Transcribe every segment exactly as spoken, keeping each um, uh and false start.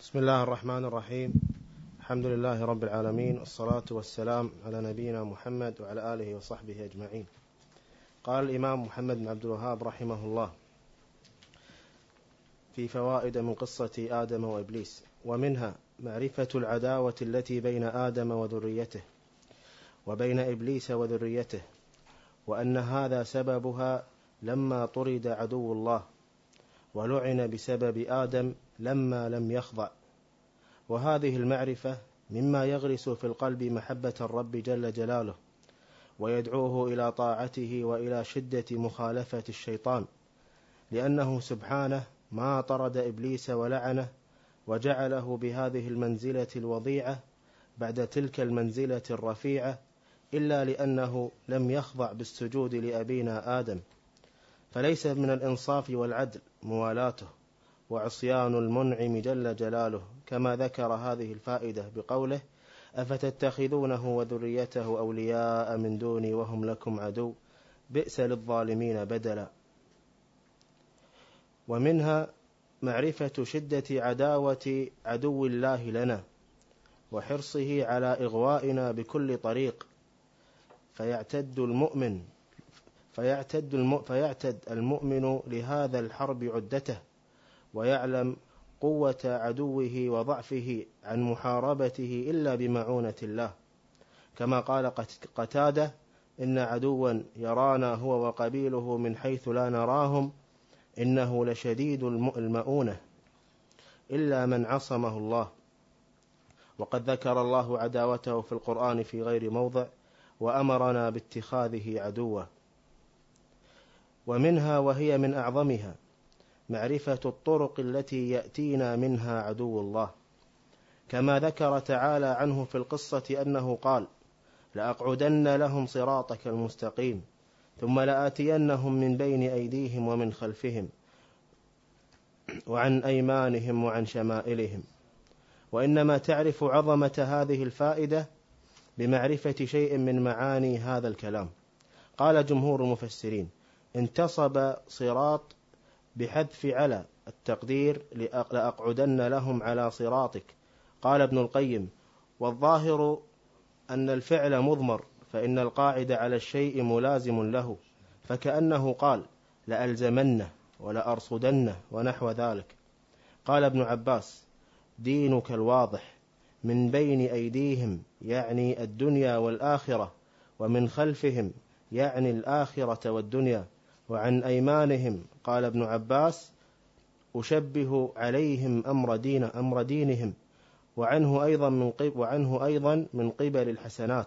بسم الله الرحمن الرحيم. الحمد لله رب العالمين، والصلاة والسلام على نبينا محمد وعلى آله وصحبه أجمعين. قال الإمام محمد بن عبد الوهاب رحمه الله في فوائد من قصة آدم وإبليس: ومنها معرفة العداوة التي بين آدم وذريته وبين إبليس وذريته، وأن هذا سببها لما طرد عدو الله ولعن بسبب آدم لما لم يخضع. وهذه المعرفة مما يغرس في القلب محبة الرب جل جلاله، ويدعوه إلى طاعته وإلى شدة مخالفة الشيطان، لأنه سبحانه ما طرد إبليس ولعنه وجعله بهذه المنزلة الوضيعة بعد تلك المنزلة الرفيعة إلا لأنه لم يخضع بالسجود لأبينا آدم. فليس من الإنصاف والعدل موالاته وعصيان المنعم جل جلاله، كما ذكر هذه الفائدة بقوله: أفتتخذونه وذريته أولياء من دوني وهم لكم عدو بئس للظالمين بدلا. ومنها معرفة شدة عداوة عدو الله لنا وحرصه على إغوائنا بكل طريق، فيعتد المؤمن فيعتد, الم... فيعتد المؤمن لهذا الحرب عدته، ويعلم قوة عدوه وضعفه عن محاربته إلا بمعونة الله، كما قال قتادة: إن عدوا يرانا هو وقبيله من حيث لا نراهم إنه لشديد المؤونة إلا من عصمه الله. وقد ذكر الله عداوته في القرآن في غير موضع وأمرنا باتخاذه عدوا. ومنها وهي من أعظمها معرفة الطرق التي يأتينا منها عدو الله، كما ذكر تعالى عنه في القصة أنه قال: لأقعدن لهم صراطك المستقيم ثم لآتينهم من بين أيديهم ومن خلفهم وعن أيمانهم وعن شمائلهم. وإنما تعرف عظمة هذه الفائدة بمعرفة شيء من معاني هذا الكلام. قال جمهور المفسرين: انتصب صراط بحذف على التقدير لأقعدن لهم على صراطك. قال ابن القيم: والظاهر أن الفعل مضمر، فإن القاعد على الشيء ملازم له، فكأنه قال: لألزمنه ولأرصدنه ونحو ذلك. قال ابن عباس: دينك الواضح من بين أيديهم يعني الدنيا والآخرة، ومن خلفهم يعني الآخرة والدنيا، وعن أيمانهم. قال ابن عباس: أشبه عليهم أمر, دين أمر دينهم، وعنه أيضا من قبل, وعنه أيضا من قبل الحسنات.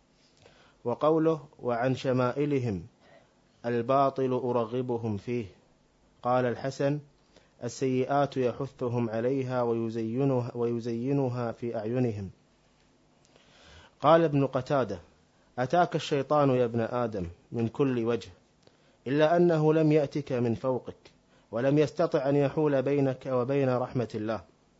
وقوله وعن شمائلهم الباطل أرغبهم فيه. قال الحسن: السيئات يحثهم عليها ويزينها, ويزينها في أعينهم. قال ابن قتادة: أتاك الشيطان يا ابن آدم من كل وجه، إلا أنه لم يأتك من فوقك، ولم يستطع أن يحول بينك وبين رحمة الله.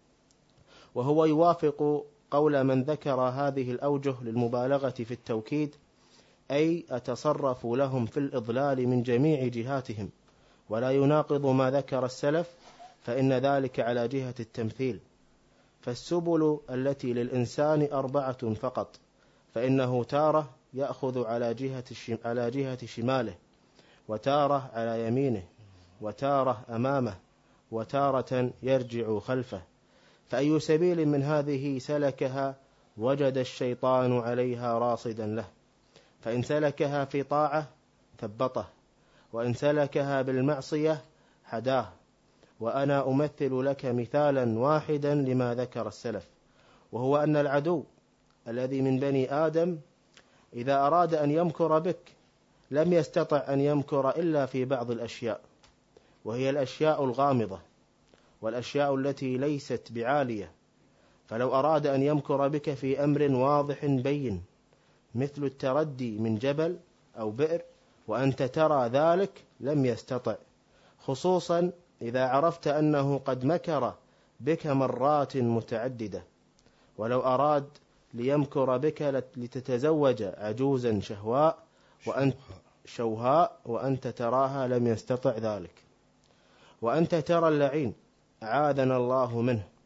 وهو يوافق قول من ذكر هذه الأوجه للمبالغة في التوكيد، أي أتصرف لهم في الإضلال من جميع جهاتهم، ولا يناقض ما ذكر السلف، فإن ذلك على جهة التمثيل. فالسبل التي للإنسان أربعة فقط، فإنه تارة يأخذ على جهة على جهة شماله، وتارة على يمينه، وتارة أمامه، وتارة يرجع خلفه. فأي سبيل من هذه سلكها وجد الشيطان عليها راصدا له، فإن سلكها في طاعة ثبطه، وإن سلكها بالمعصية حداه. وأنا أمثل لك مثالا واحدا لما ذكر السلف، وهو أن العدو الذي من بني آدم إذا أراد أن يمكر بك لم يستطع أن يمكر إلا في بعض الأشياء، وهي الأشياء الغامضة والأشياء التي ليست بعالية. فلو أراد أن يمكر بك في أمر واضح بين، مثل التردي من جبل أو بئر، وأنت ترى ذلك، لم يستطع، خصوصا إذا عرفت أنه قد مكر بك مرات متعددة. ولو أراد ليمكر بك لتتزوج عجوزا شهواء وأنت شوهاء وأنت تراها، لم يستطع ذلك. وأنت ترى اللعين أعاذنا الله منه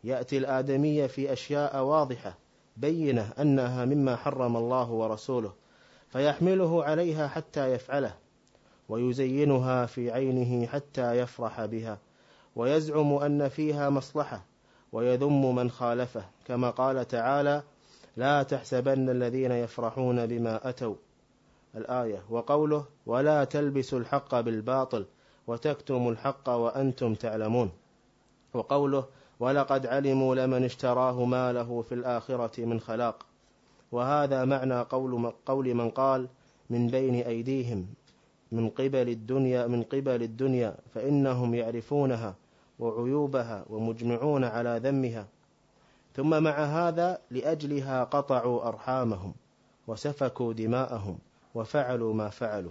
يأتي الآدمية في أشياء واضحة بينة أنها مما حرم الله ورسوله، فيحمله عليها حتى يفعله، ويزينها في عينه حتى يفرح بها، ويزعم أن فيها مصلحة، ويذم من خالفه، كما قال تعالى: لا تحسبن الذين يفرحون بما أتوا، الآية. وقوله: ولا تلبسوا الحق بالباطل وتكتموا الحق وأنتم تعلمون. وقوله: ولقد علموا لمن اشتراه ما له في الآخرة من خلاق. وهذا معنى قول, قول من قال: من بين أيديهم من قبل الدنيا من قبل الدنيا فإنهم يعرفونها وعيوبها ومجمعون على ذمها، ثم مع هذا لأجلها قطعوا أرحامهم وسفكوا دماءهم وفعلوا ما فعلوا.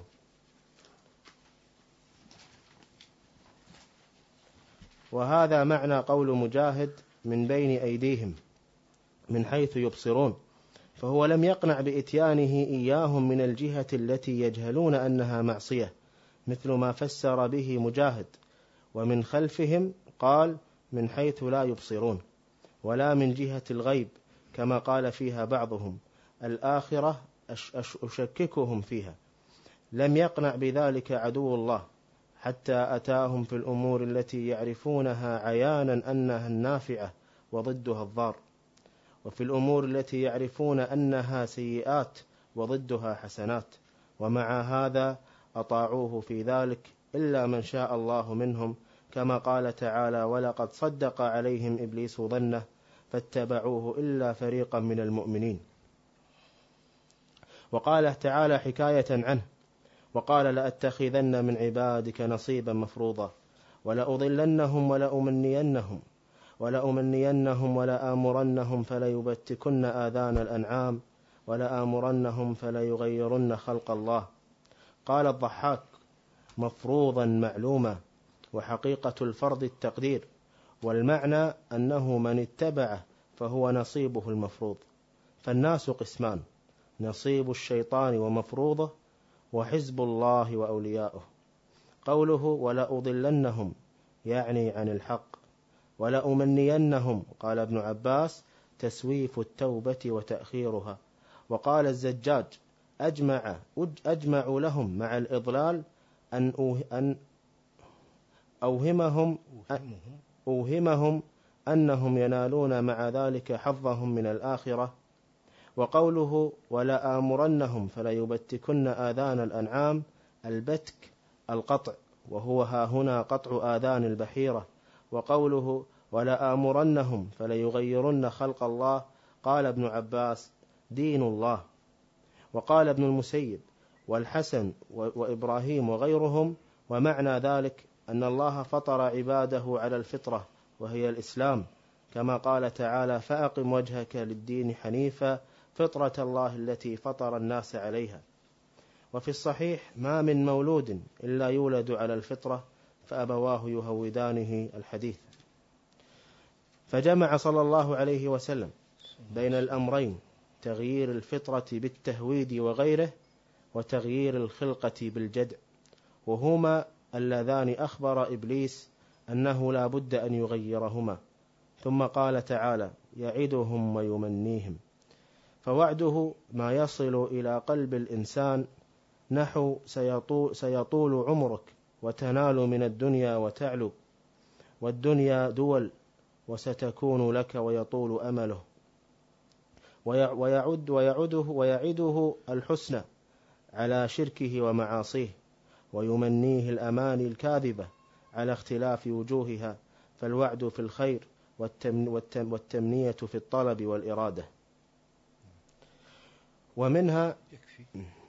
وهذا معنى قول مجاهد: من بين أيديهم، من حيث يبصرون، فهو لم يقنع بإتيانه إياهم من الجهة التي يجهلون أنها معصية، مثل ما فسر به مجاهد. ومن خلفهم قال: من حيث لا يبصرون، ولا من جهة الغيب، كما قال فيها بعضهم: الآخرة أشككهم فيها. لم يقنع بذلك عدو الله حتى أتاهم في الأمور التي يعرفونها عيانا أنها النافعة وضدها الضار، وفي الأمور التي يعرفون أنها سيئات وضدها حسنات، ومع هذا أطاعوه في ذلك إلا من شاء الله منهم، كما قال تعالى: ولقد صدق عليهم إبليس ظنه فاتبعوه إلا فريقا من المؤمنين. وقال تعالى حكاية عنه: وقال: لأتخذن من عبادك نصيبا مفروضا ولأضلنهم ولأمنينهم ولأمنينهم ولآمرنهم فليبتكن آذان الأنعام ولآمرنهم فليغيرن خلق الله. قال الضحاك: مفروضا معلوما، وحقيقة الفرض التقدير، والمعنى أنه من اتبعه فهو نصيبه المفروض. فالناس قسمان: نصيب الشيطان ومفروضه، وحزب الله وأولياؤه. قوله ولأضلنهم يعني عن الحق، ولأمنينهم قال ابن عباس: تسويف التوبة وتأخيرها. وقال الزجاج: أجمع, أجمع لهم مع الإضلال أن, أن أوهمهم, أوهمهم أنهم ينالون مع ذلك حظهم من الآخرة. وقوله ولآمرنهم فليبتكن آذان الأنعام، البتك القطع، وهو ها هنا قطع آذان البحيرة. وقوله ولآمرنهم فليغيرن خلق الله، قال ابن عباس: دين الله. وقال ابن المسيب والحسن وإبراهيم وغيرهم: ومعنى ذلك أن الله فطر عباده على الفطرة وهي الإسلام، كما قال تعالى: فأقم وجهك للدين حنيفا فطرة الله التي فطر الناس عليها. وفي الصحيح: ما من مولود إلا يولد على الفطرة فأبواه يهودانه، الحديث. فجمع صلى الله عليه وسلم بين الأمرين: تغيير الفطرة بالتهويد وغيره، وتغيير الخلقة بالجدع، وهما اللذان أخبر إبليس أنه لا بد أن يغيرهما. ثم قال تعالى: يعدهم ويمنيهم. فوعده ما يصل إلى قلب الإنسان، نحو سيطول, سيطول عمرك وتنال من الدنيا وتعلو، والدنيا دول وستكون لك ويطول أمله. ويعد ويعده, ويعده الحسنى على شركه ومعاصيه، ويمنيه الأماني الكاذبة على اختلاف وجوهها، فالوعد في الخير والتمنية في الطلب والإرادة. ومنها يكفي.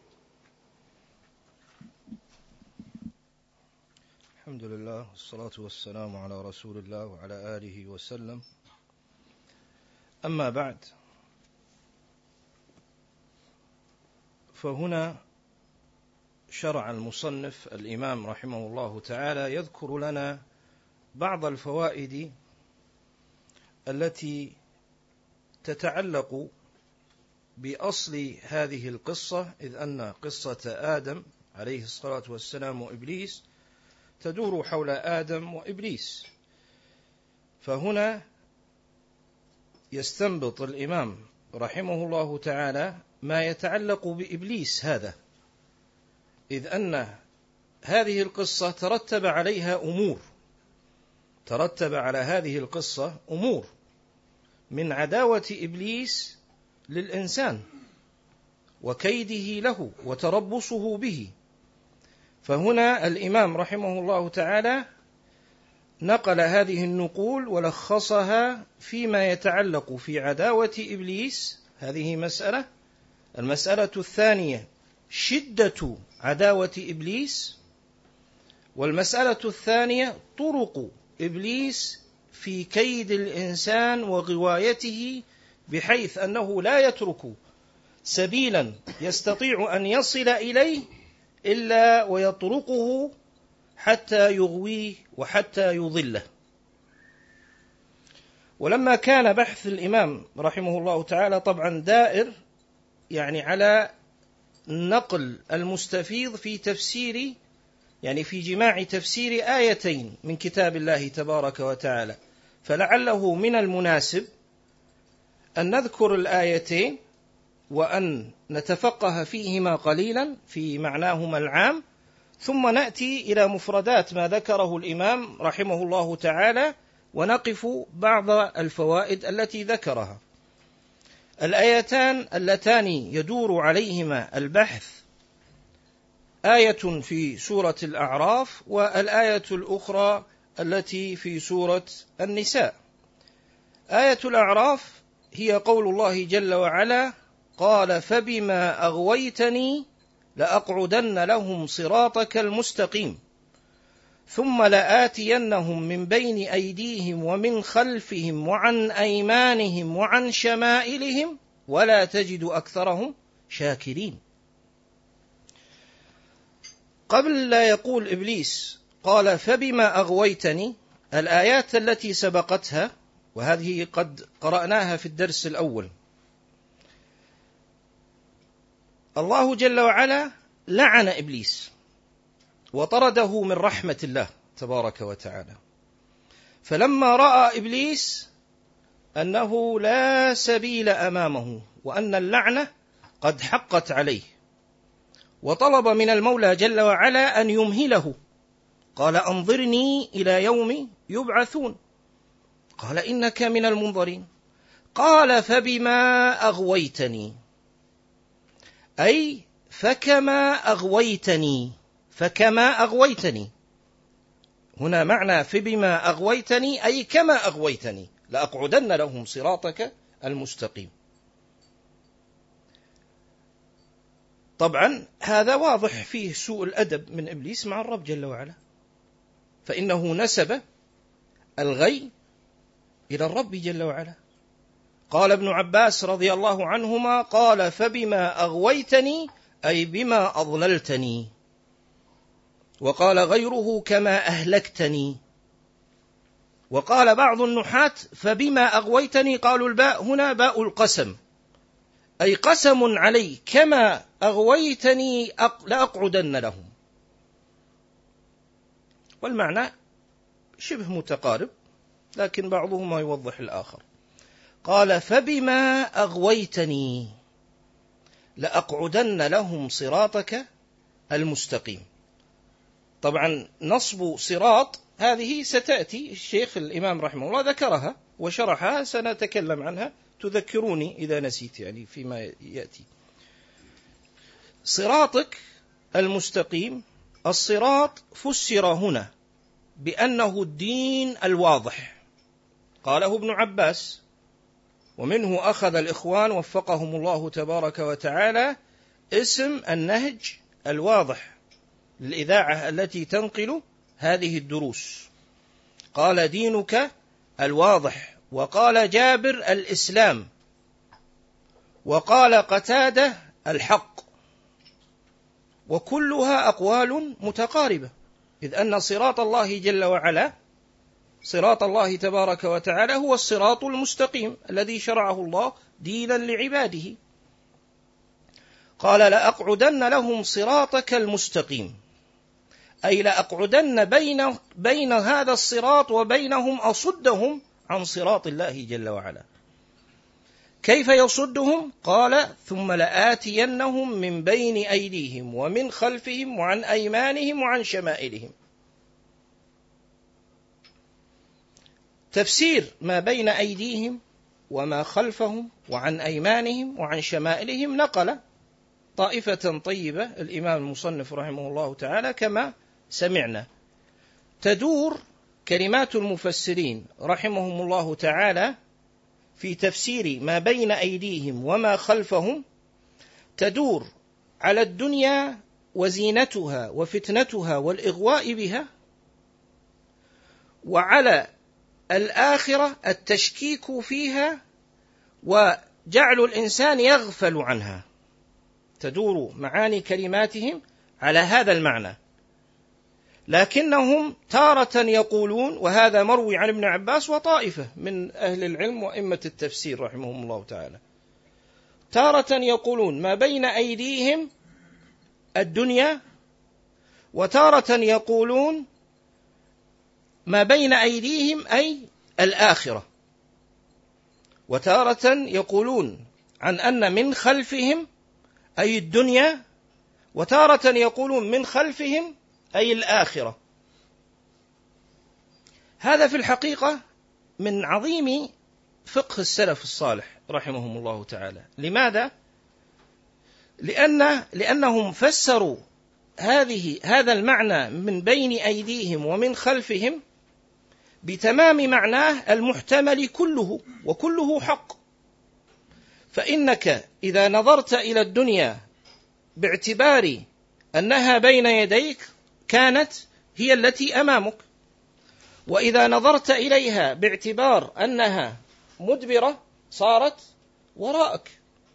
الحمد لله والصلاة والسلام على رسول الله وعلى آله وسلم. أما بعد، فهنا شرع المصنف الإمام رحمه الله تعالى يذكر لنا بعض الفوائد التي تتعلق بأصل هذه القصة، إذ أن قصة آدم عليه الصلاة والسلام وإبليس تدور حول آدم وإبليس. فهنا يستنبط الإمام رحمه الله تعالى ما يتعلق بإبليس هذا، إذ أن هذه القصة ترتب عليها أمور، ترتب على هذه القصة أمور من عداوة إبليس للإنسان وكيده له وتربصه به. فهنا الإمام رحمه الله تعالى نقل هذه النقول ولخصها فيما يتعلق في عداوة إبليس. هذه مسألة. المسألة الثانية شدة عداوة إبليس، والمسألة الثانية طرق إبليس في كيد الإنسان وغوايته، بحيث أنه لا يترك سبيلا يستطيع أن يصل إليه إلا ويطرقه حتى يغويه وحتى يضله. ولما كان بحث الإمام رحمه الله تعالى طبعا دائر يعني على نقل المستفيض في تفسير، يعني في جماع تفسير آيتين من كتاب الله تبارك وتعالى، فلعله من المناسب أن نذكر الآيتين وأن نتفقه فيهما قليلا في معناهما العام، ثم نأتي إلى مفردات ما ذكره الإمام رحمه الله تعالى ونقف بعض الفوائد التي ذكرها. الآيتان اللتان يدور عليهما البحث آية في سورة الأعراف، والآية الأخرى التي في سورة النساء. آية الأعراف هي قول الله جل وعلا: قال فبما أغويتني لأقعدن لهم صراطك المستقيم ثم لآتينهم من بين أيديهم ومن خلفهم وعن أيمانهم وعن شمائلهم ولا تجد أكثرهم شاكرين. قبل لا يقول إبليس قال فبما أغويتني، الآيات التي سبقتها وهذه قد قرأناها في الدرس الأول، الله جل وعلا لعن إبليس وطرده من رحمة الله تبارك وتعالى. فلما رأى إبليس أنه لا سبيل أمامه وأن اللعنة قد حقت عليه، وطلب من المولى جل وعلا أن يمهله، قال أنظرني إلى يوم يبعثون، قال إنك من المنظرين. قال فبما أغويتني، أي فكما أغويتني، فكما أغويتني. هنا معنى فبما أغويتني أي كما أغويتني لأقعدن لهم صراطك المستقيم. طبعا هذا واضح فيه سوء الأدب من إبليس مع الرب جل وعلا، فإنه نسب الغي إلى الرب جل وعلا. قال ابن عباس رضي الله عنهما: قال فبما أغويتني أي بما أضللتني، وقال غيره كما أهلكتني. وقال بعض النحاة فبما أغويتني، قالوا الباء هنا باء القسم، أي قسم علي كما أغويتني لأقعدن لهم. والمعنى شبه متقارب، لكن بعضهما يوضح الآخر. قال فبما أغويتني لأقعدن لهم صراطك المستقيم. طبعا نصب صراط هذه ستأتي، الشيخ الإمام رحمه الله ذكرها وشرحها، سنتكلم عنها، تذكروني إذا نسيت يعني فيما يأتي. صراطك المستقيم، الصراط فسر هنا بأنه الدين الواضح، قاله ابن عباس، ومنه أخذ الإخوان وفقهم الله تبارك وتعالى اسم النهج الواضح للإذاعة التي تنقل هذه الدروس. قال دينك الواضح، وقال جابر الإسلام، وقال قتادة الحق، وكلها أقوال متقاربة، إذ أن صراط الله جل وعلا، صراط الله تبارك وتعالى هو الصراط المستقيم الذي شرعه الله دينا لعباده. قال لأقعدن لهم صراطك المستقيم، أي لأقعدن بين, بين هذا الصراط وبينهم، أصدهم عن صراط الله جل وعلا. كيف يصدهم؟ قال ثم لآتينهم من بين أيديهم ومن خلفهم وعن أيمانهم وعن شمائلهم. تفسير ما بين أيديهم وما خلفهم وعن أيمانهم وعن شمائلهم نقل طائفة طيبة الإمام المصنف رحمه الله تعالى كما سمعنا. تدور كلمات المفسرين رحمهم الله تعالى في تفسير ما بين أيديهم وما خلفهم، تدور على الدنيا وزينتها وفتنتها والإغواء بها، وعلى الآخرة التشكيك فيها وجعل الإنسان يغفل عنها. تدور معاني كلماتهم على هذا المعنى، لكنهم تارة يقولون، وهذا مروي عن ابن عباس وطائفة من أهل العلم وأئمة التفسير رحمهم الله تعالى، تارة يقولون ما بين أيديهم الدنيا، وتارة يقولون ما بين أيديهم أي الآخرة، وتارة يقولون عن أن من خلفهم أي الدنيا، وتارة يقولون من خلفهم أي الآخرة. هذا في الحقيقة من عظيم فقه السلف الصالح رحمهم الله تعالى. لماذا؟ لأن لأنهم فسروا هذه هذا المعنى من بين أيديهم ومن خلفهم بتمام معناه المحتمل كله، وكله حق. فإنك إذا نظرت إلى الدنيا باعتبار أنها بين يديك كانت هي التي أمامك، وإذا نظرت إليها باعتبار أنها مدبرة صارت وراءك.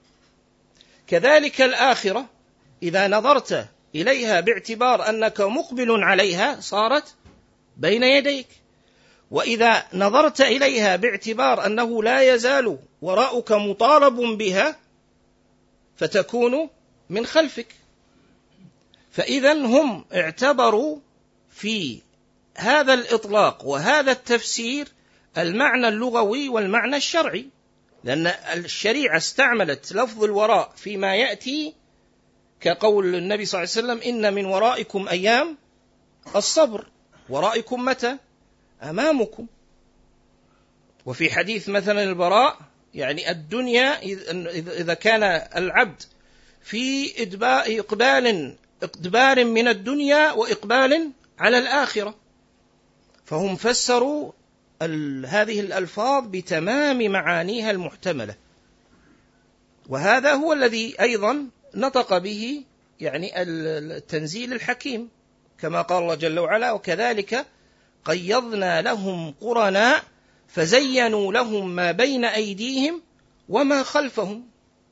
كذلك الآخرة إذا نظرت إليها باعتبار أنك مقبل عليها صارت بين يديك، وإذا نظرت إليها باعتبار أنه لا يزال وراءك مطالب بها فتكون من خلفك. فإذا هم اعتبروا في هذا الإطلاق وهذا التفسير المعنى اللغوي والمعنى الشرعي، لأن الشريعة استعملت لفظ الوراء فيما يأتي كقول النبي صلى الله عليه وسلم إن من ورائكم أيام الصبر. ورائكم متى؟ أمامكم. وفي حديث مثلا البراء يعني الدنيا إذا كان العبد في إقبال إقبال من الدنيا وإقبال على الآخرة، فهم فسروا هذه الألفاظ بتمام معانيها المحتملة، وهذا هو الذي أيضا نطق به يعني التنزيل الحكيم، كما قال الله جل وعلا وكذلك قيضنا لهم قرناء فزينوا لهم ما بين أيديهم وما خلفهم.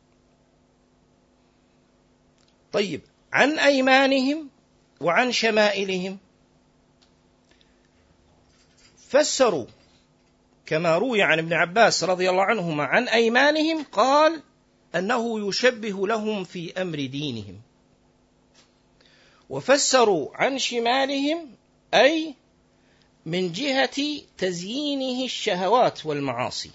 طيب، عن أيمانهم وعن شمائلهم فسروا كما روي عن ابن عباس رضي الله عنهما عن أيمانهم قال أنه يشبه لهم في أمر دينهم، وفسروا عن شمالهم أي من جهة تزيينه الشهوات والمعاصي.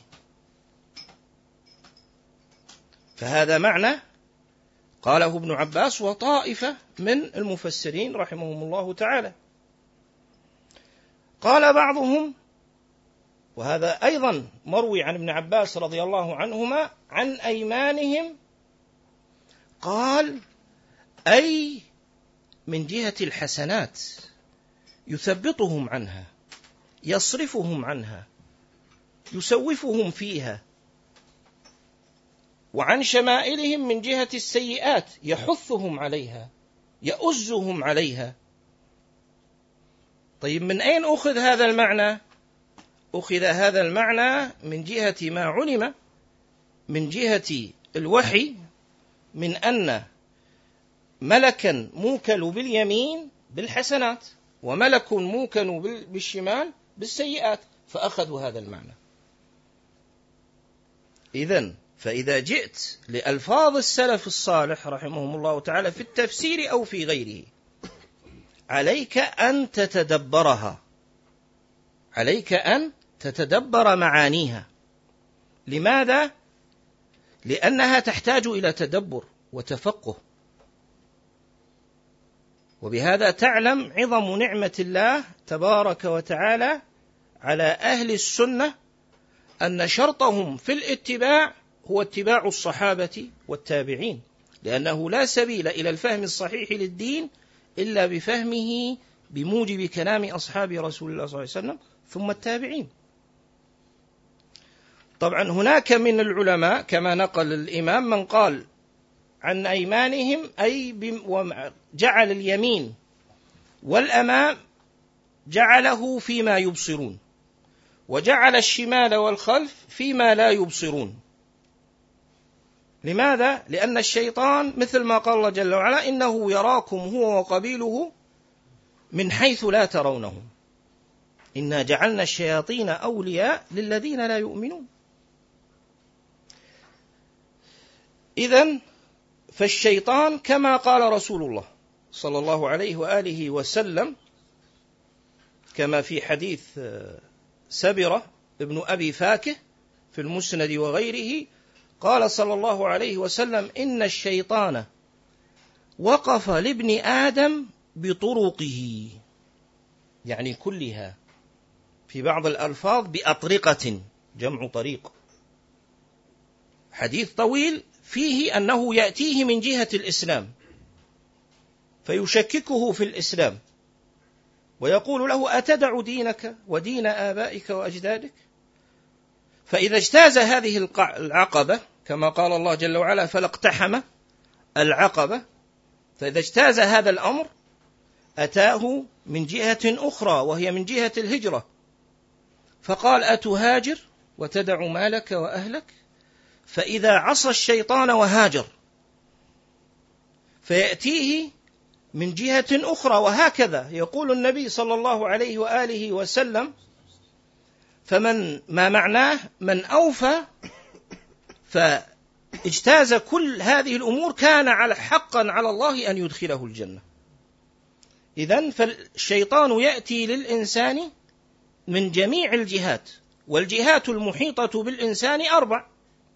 فهذا معنى قاله ابن عباس وطائفة من المفسرين رحمهم الله تعالى. قال بعضهم، وهذا أيضا مروي عن ابن عباس رضي الله عنهما عن أيمانهم قال أي من جهة الحسنات يثبطهم عنها، يصرفهم عنها، يسوفهم فيها. وعن شمائلهم من جهة السيئات يحثهم عليها، يؤزهم عليها. طيب، من أين أخذ هذا المعنى؟ أخذ هذا المعنى من جهة ما علم من جهة الوحي من أن ملكا موكل باليمين بالحسنات وملك موكل بالشمال بالسيئات، فأخذوا هذا المعنى. إذن فإذا جئت لألفاظ السلف الصالح رحمهم الله تعالى في التفسير أو في غيره عليك أن تتدبرها، عليك أن تتدبر معانيها. لماذا؟ لأنها تحتاج إلى تدبر وتفقه، وبهذا تعلم عظم نعمة الله تبارك وتعالى على أهل السنة، أن شرطهم في الاتباع هو اتباع الصحابة والتابعين، لأنه لا سبيل إلى الفهم الصحيح للدين إلا بفهمه بموجب كلام أصحاب رسول الله صلى الله عليه وسلم ثم التابعين. طبعا هناك من العلماء كما نقل الإمام من قال عن أيمانهم أي جعل اليمين والأمام جعله فيما يبصرون، وجعل الشمال والخلف فيما لا يبصرون. لماذا؟ لأن الشيطان مثل ما قال الله جل وعلا إنه يراكم هو وقبيله من حيث لا ترونهم إنا جعلنا الشياطين أولياء للذين لا يؤمنون. إذن فالشيطان كما قال رسول الله صلى الله عليه وآله وسلم كما في حديث سبرة ابن أبي فاكه في المسند وغيره، قال صلى الله عليه وسلم إن الشيطان وقف لابن آدم بطرقه، يعني كلها، في بعض الألفاظ بأطرقة جمع طريق، حديث طويل فيه أنه يأتيه من جهة الإسلام فيشككه في الإسلام ويقول له أتدع دينك ودين آبائك وأجدادك؟ فإذا اجتاز هذه العقبة كما قال الله جل وعلا فلاقتحم العقبة، فإذا اجتاز هذا الأمر أتاه من جهة أخرى وهي من جهة الهجرة، فقال أتهاجر وتدع مالك وأهلك؟ فإذا عصى الشيطان وهاجر فيأتيه من جهة أخرى، وهكذا يقول النبي صلى الله عليه وآله وسلم فمن ما معناه من أوفى فاجتاز كل هذه الأمور كان على حقا على الله أن يدخله الجنة. إذن فالشيطان يأتي للإنسان من جميع الجهات، والجهات المحيطة بالإنسان أربع،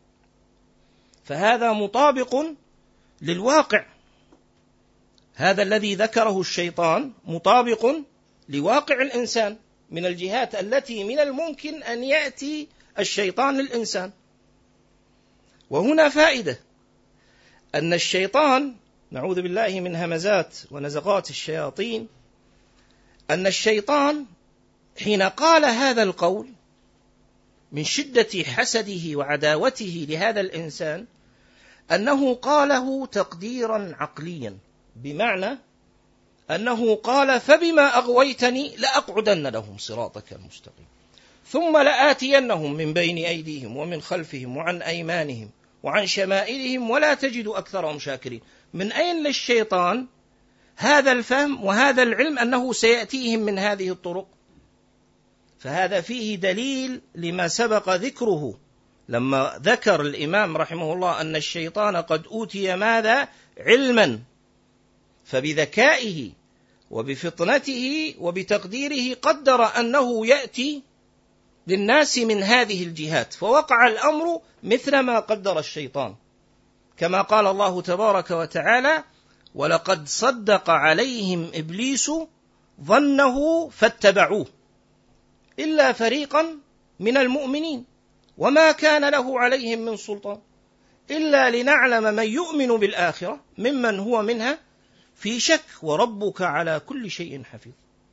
فهذا مطابق للواقع، هذا الذي ذكره الشيطان مطابق لواقع الإنسان من الجهات التي من الممكن أن يأتي الشيطان للإنسان. وهنا فائدة أن الشيطان، نعوذ بالله من همزات ونزغات الشياطين، أن الشيطان حين قال هذا القول من شدة حسده وعداوته لهذا الإنسان أنه قاله تقديرا عقليا، بمعنى أنه قال فبما أغويتني لأقعدن لهم صراطك المستقيم ثم لآتينهم من بين أيديهم ومن خلفهم وعن أيمانهم وعن شمائلهم ولا تجد أكثرهم شاكرين. من أين للشيطان هذا الفهم وهذا العلم أنه سيأتيهم من هذه الطرق؟ فهذا فيه دليل لما سبق ذكره لما ذكر الإمام رحمه الله أن الشيطان قد أوتي ماذا؟ علما، فبذكائه وبفطنته وبتقديره قدر أنه يأتي للناس من هذه الجهات، فوقع الأمر مثل ما قدر الشيطان، كما قال الله تبارك وتعالى ولقد صدق عليهم إبليس ظنه فاتبعوه إلا فريقا من المؤمنين وما كان له عليهم من سلطان إلا لنعلم من يؤمن بالآخرة ممن هو منها في شك وربك على كل شيء حفيظ.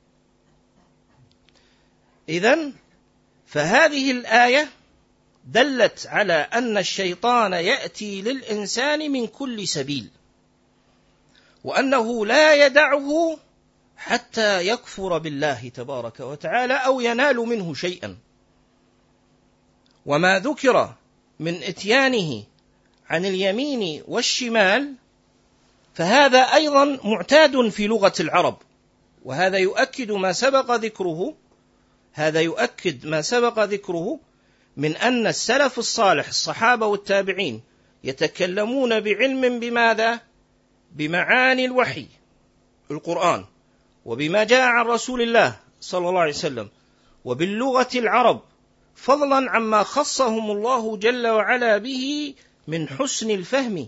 إذن فهذه الآية دلت على أن الشيطان يأتي للإنسان من كل سبيل، وأنه لا يدعه حتى يكفر بالله تبارك وتعالى أو ينال منه شيئا. وما ذكر من إتيانه عن اليمين والشمال فهذا أيضا معتاد في لغة العرب، وهذا يؤكد ما سبق ذكره هذا يؤكد ما سبق ذكره من أن السلف الصالح الصحابة والتابعين يتكلمون بعلم بماذا؟ بمعاني الوحي القرآن، وبما جاء عن رسول الله صلى الله عليه وسلم، وباللغة العرب، فضلا عما خصهم الله جل وعلا به من حسن الفهم.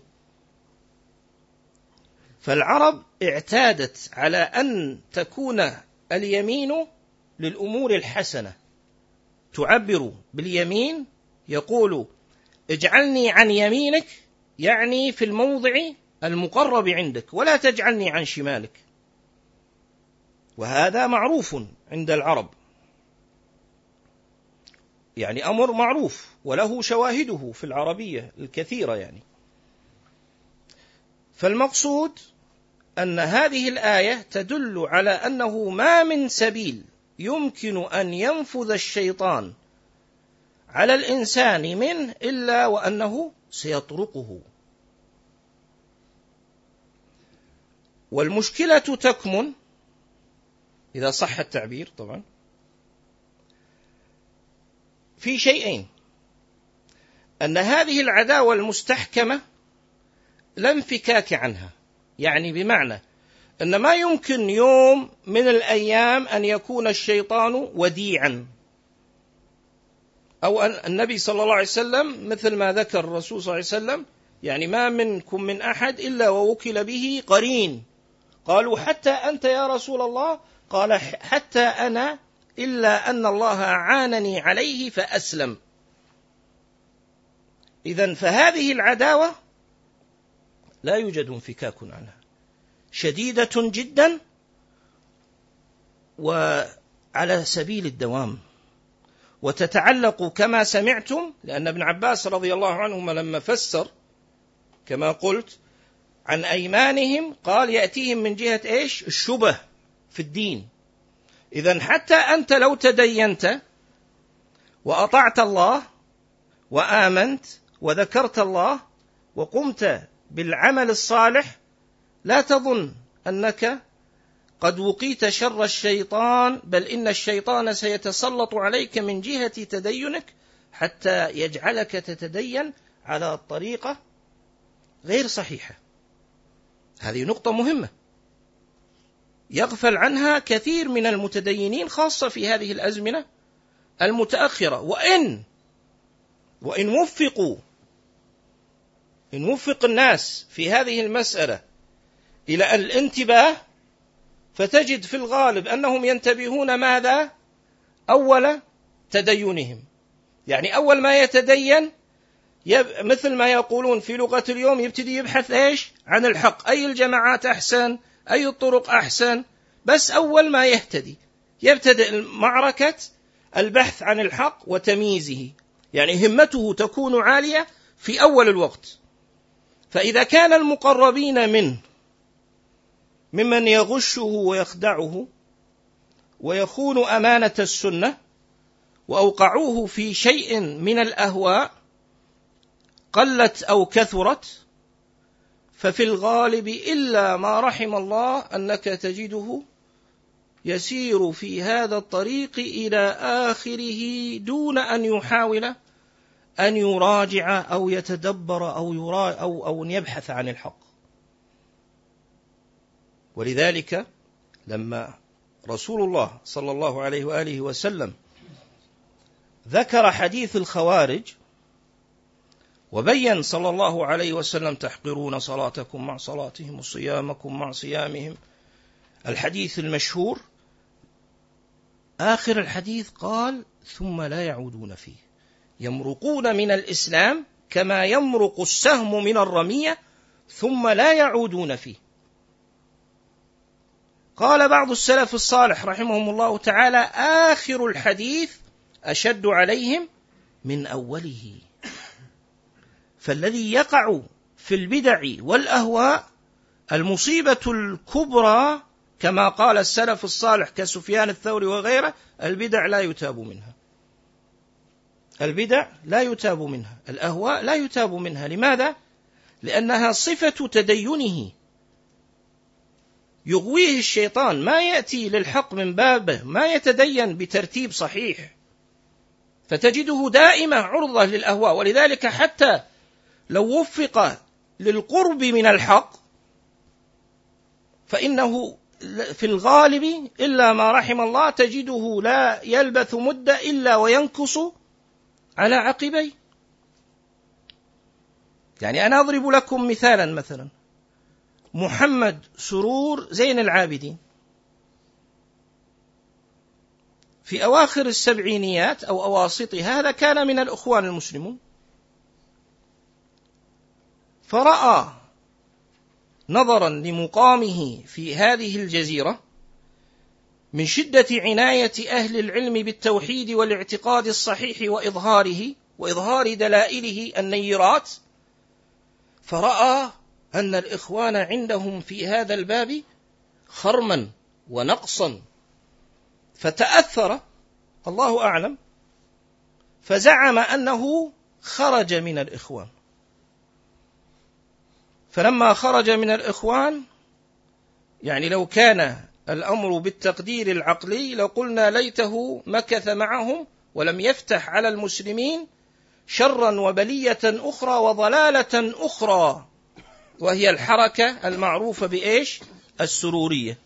فالعرب اعتادت على أن تكون اليمين للأمور الحسنة، تعبر باليمين، يقول اجعلني عن يمينك، يعني في الموضع المقرب عندك، ولا تجعلني عن شمالك. وهذا معروف عند العرب، يعني أمر معروف وله شواهده في العربية الكثيرة يعني. فالمقصود أن هذه الآية تدل على أنه ما من سبيل يمكن أن ينفذ الشيطان على الإنسان منه إلا وأنه سيطرقه. والمشكلة تكمن، إذا صح التعبير طبعا، في شيئين: أن هذه العداوة المستحكمة لا انفكاك عنها، يعني بمعنى أن ما يمكن يوم من الأيام أن يكون الشيطان وديعا، أو أن النبي صلى الله عليه وسلم مثل ما ذكر الرسول صلى الله عليه وسلم، يعني ما منكم من أحد إلا ووكل به قرين. قالوا حتى أنت يا رسول الله؟ قال حتى أنا، إلا أن الله أعانني عليه فأسلم. إذن فهذه العداوة لا يوجد انفكاك عنها، شديدة جدا وعلى سبيل الدوام، وتتعلق كما سمعتم، لأن ابن عباس رضي الله عنهما لما فسر كما قلت عن أيمانهم قال يأتيهم من جهة إيش؟ الشبه في الدين. إذن حتى أنت لو تدينت وأطعت الله وآمنت وذكرت الله وقمت بالعمل الصالح، لا تظن أنك قد وقيت شر الشيطان، بل إن الشيطان سيتسلط عليك من جهة تدينك حتى يجعلك تتدين على الطريقة غير صحيحة. هذه نقطة مهمة يغفل عنها كثير من المتدينين، خاصة في هذه الأزمنة المتأخرة. وإن وإن وفقوا إن وفق الناس في هذه المسألة إلى الانتباه، فتجد في الغالب أنهم ينتبهون ماذا؟ أول تدينهم، يعني أول ما يتدين مثل ما يقولون في لغة اليوم يبتدي يبحث إيش؟ عن الحق، أي الجماعات أحسن، أي الطرق أحسن. بس أول ما يهتدي يبتدئ معركة البحث عن الحق وتمييزه، يعني همته تكون عالية في أول الوقت. فإذا كان المقربين منه ممن يغشه ويخدعه ويخون أمانة السنة وأوقعوه في شيء من الأهواء قلت أو كثرت، ففي الغالب إلا ما رحم الله أنك تجده يسير في هذا الطريق إلى آخره دون أن يحاول أن يراجع أو يتدبر أو, يرا أو, أو يبحث عن الحق. ولذلك لما رسول الله صلى الله عليه وآله وسلم ذكر حديث الخوارج وبين صلى الله عليه وسلم تحقرون صلاتكم مع صلاتهم وصيامكم مع صيامهم، الحديث المشهور، آخر الحديث قال ثم لا يعودون فيه، يمرقون من الإسلام كما يمرق السهم من الرمية ثم لا يعودون فيه. قال بعض السلف الصالح رحمهم الله تعالى آخر الحديث أشد عليهم من أوله. فالذي يقع في البدع والأهواء المصيبة الكبرى كما قال السلف الصالح كسفيان الثوري وغيره، البدع لا يتاب منها، البدع لا يتاب منها، الأهواء لا يتاب منها. لماذا؟ لأنها صفة تدينه، يغويه الشيطان، ما يأتي للحق من بابه، ما يتدين بترتيب صحيح، فتجده دائما عرضة للأهواء. ولذلك حتى لو وفق للقرب من الحق فإنه في الغالب إلا ما رحم الله تجده لا يلبث مدة إلا وينكص على عقبيه. يعني أنا أضرب لكم مثالا، مثلا محمد سرور زين العابدين في أواخر السبعينيات أو أواسطها، هذا كان من الإخوان المسلمون، فرأى نظرا لمقامه في هذه الجزيرة من شدة عناية أهل العلم بالتوحيد والاعتقاد الصحيح وإظهاره وإظهار دلائله النيرات، فرأى أن الإخوان عندهم في هذا الباب خرما ونقصا، فتأثر الله أعلم، فزعم أنه خرج من الإخوان. فلما خرج من الإخوان، يعني لو كان الأمر بالتقدير العقلي لقلنا ليته مكث معهم ولم يفتح على المسلمين شرا وبلية أخرى وضلالة أخرى، وهي الحركة المعروفة بإيش؟ السرورية.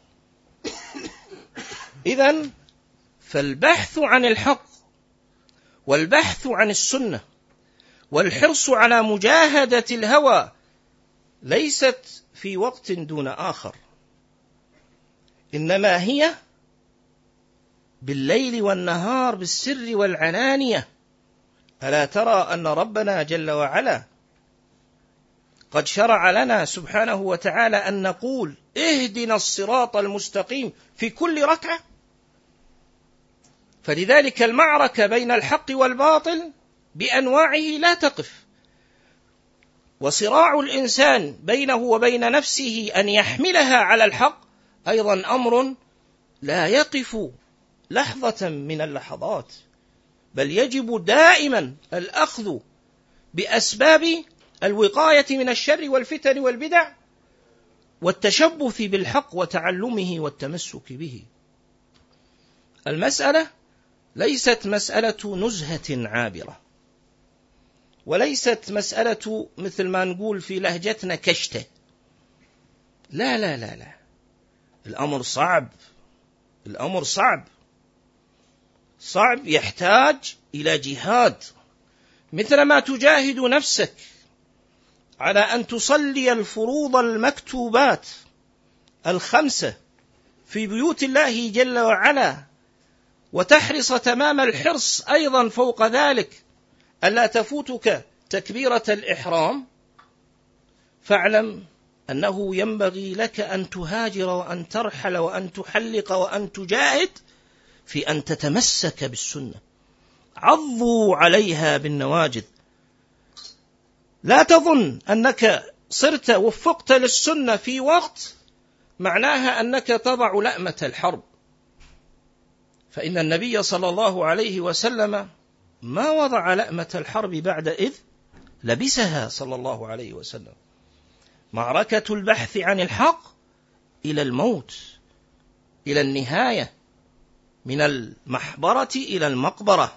إذن فالبحث عن الحق والبحث عن السنة والحرص على مجاهدة الهوى ليست في وقت دون آخر، إنما هي بالليل والنهار بالسر والعلانية. ألا ترى أن ربنا جل وعلا قد شرع لنا سبحانه وتعالى أن نقول اهدنا الصراط المستقيم في كل ركعة؟ فلذلك المعركة بين الحق والباطل بأنواعه لا تقف، وصراع الإنسان بينه وبين نفسه أن يحملها على الحق أيضا أمر لا يقف لحظة من اللحظات، بل يجب دائما الأخذ بأسباب الوقاية من الشر والفتن والبدع والتشبث بالحق وتعلمه والتمسك به. المسألة ليست مسألة نزهة عابرة، وليست مسألة مثل ما نقول في لهجتنا كشتة، لا لا لا لا، الأمر صعب، الأمر صعب صعب يحتاج إلى جهاد، مثل ما تجاهد نفسك على أن تصلي الفروض المكتوبات الخمسة في بيوت الله جل وعلا، وتحرص تمام الحرص أيضا فوق ذلك ألا تفوتك تكبيرة الإحرام، فاعلم أنه ينبغي لك أن تهاجر وأن ترحل وأن تحلق وأن تجاهد في أن تتمسك بالسنة، عضوا عليها بالنواجذ. لا تظن أنك صرت وفقت للسنة في وقت معناها أنك تضع لأمة الحرب، فإن النبي صلى الله عليه وسلم ما وضع لأمة الحرب بعد إذ لبسها صلى الله عليه وسلم. معركة البحث عن الحق إلى الموت، إلى النهاية، من المحبرة إلى المقبرة.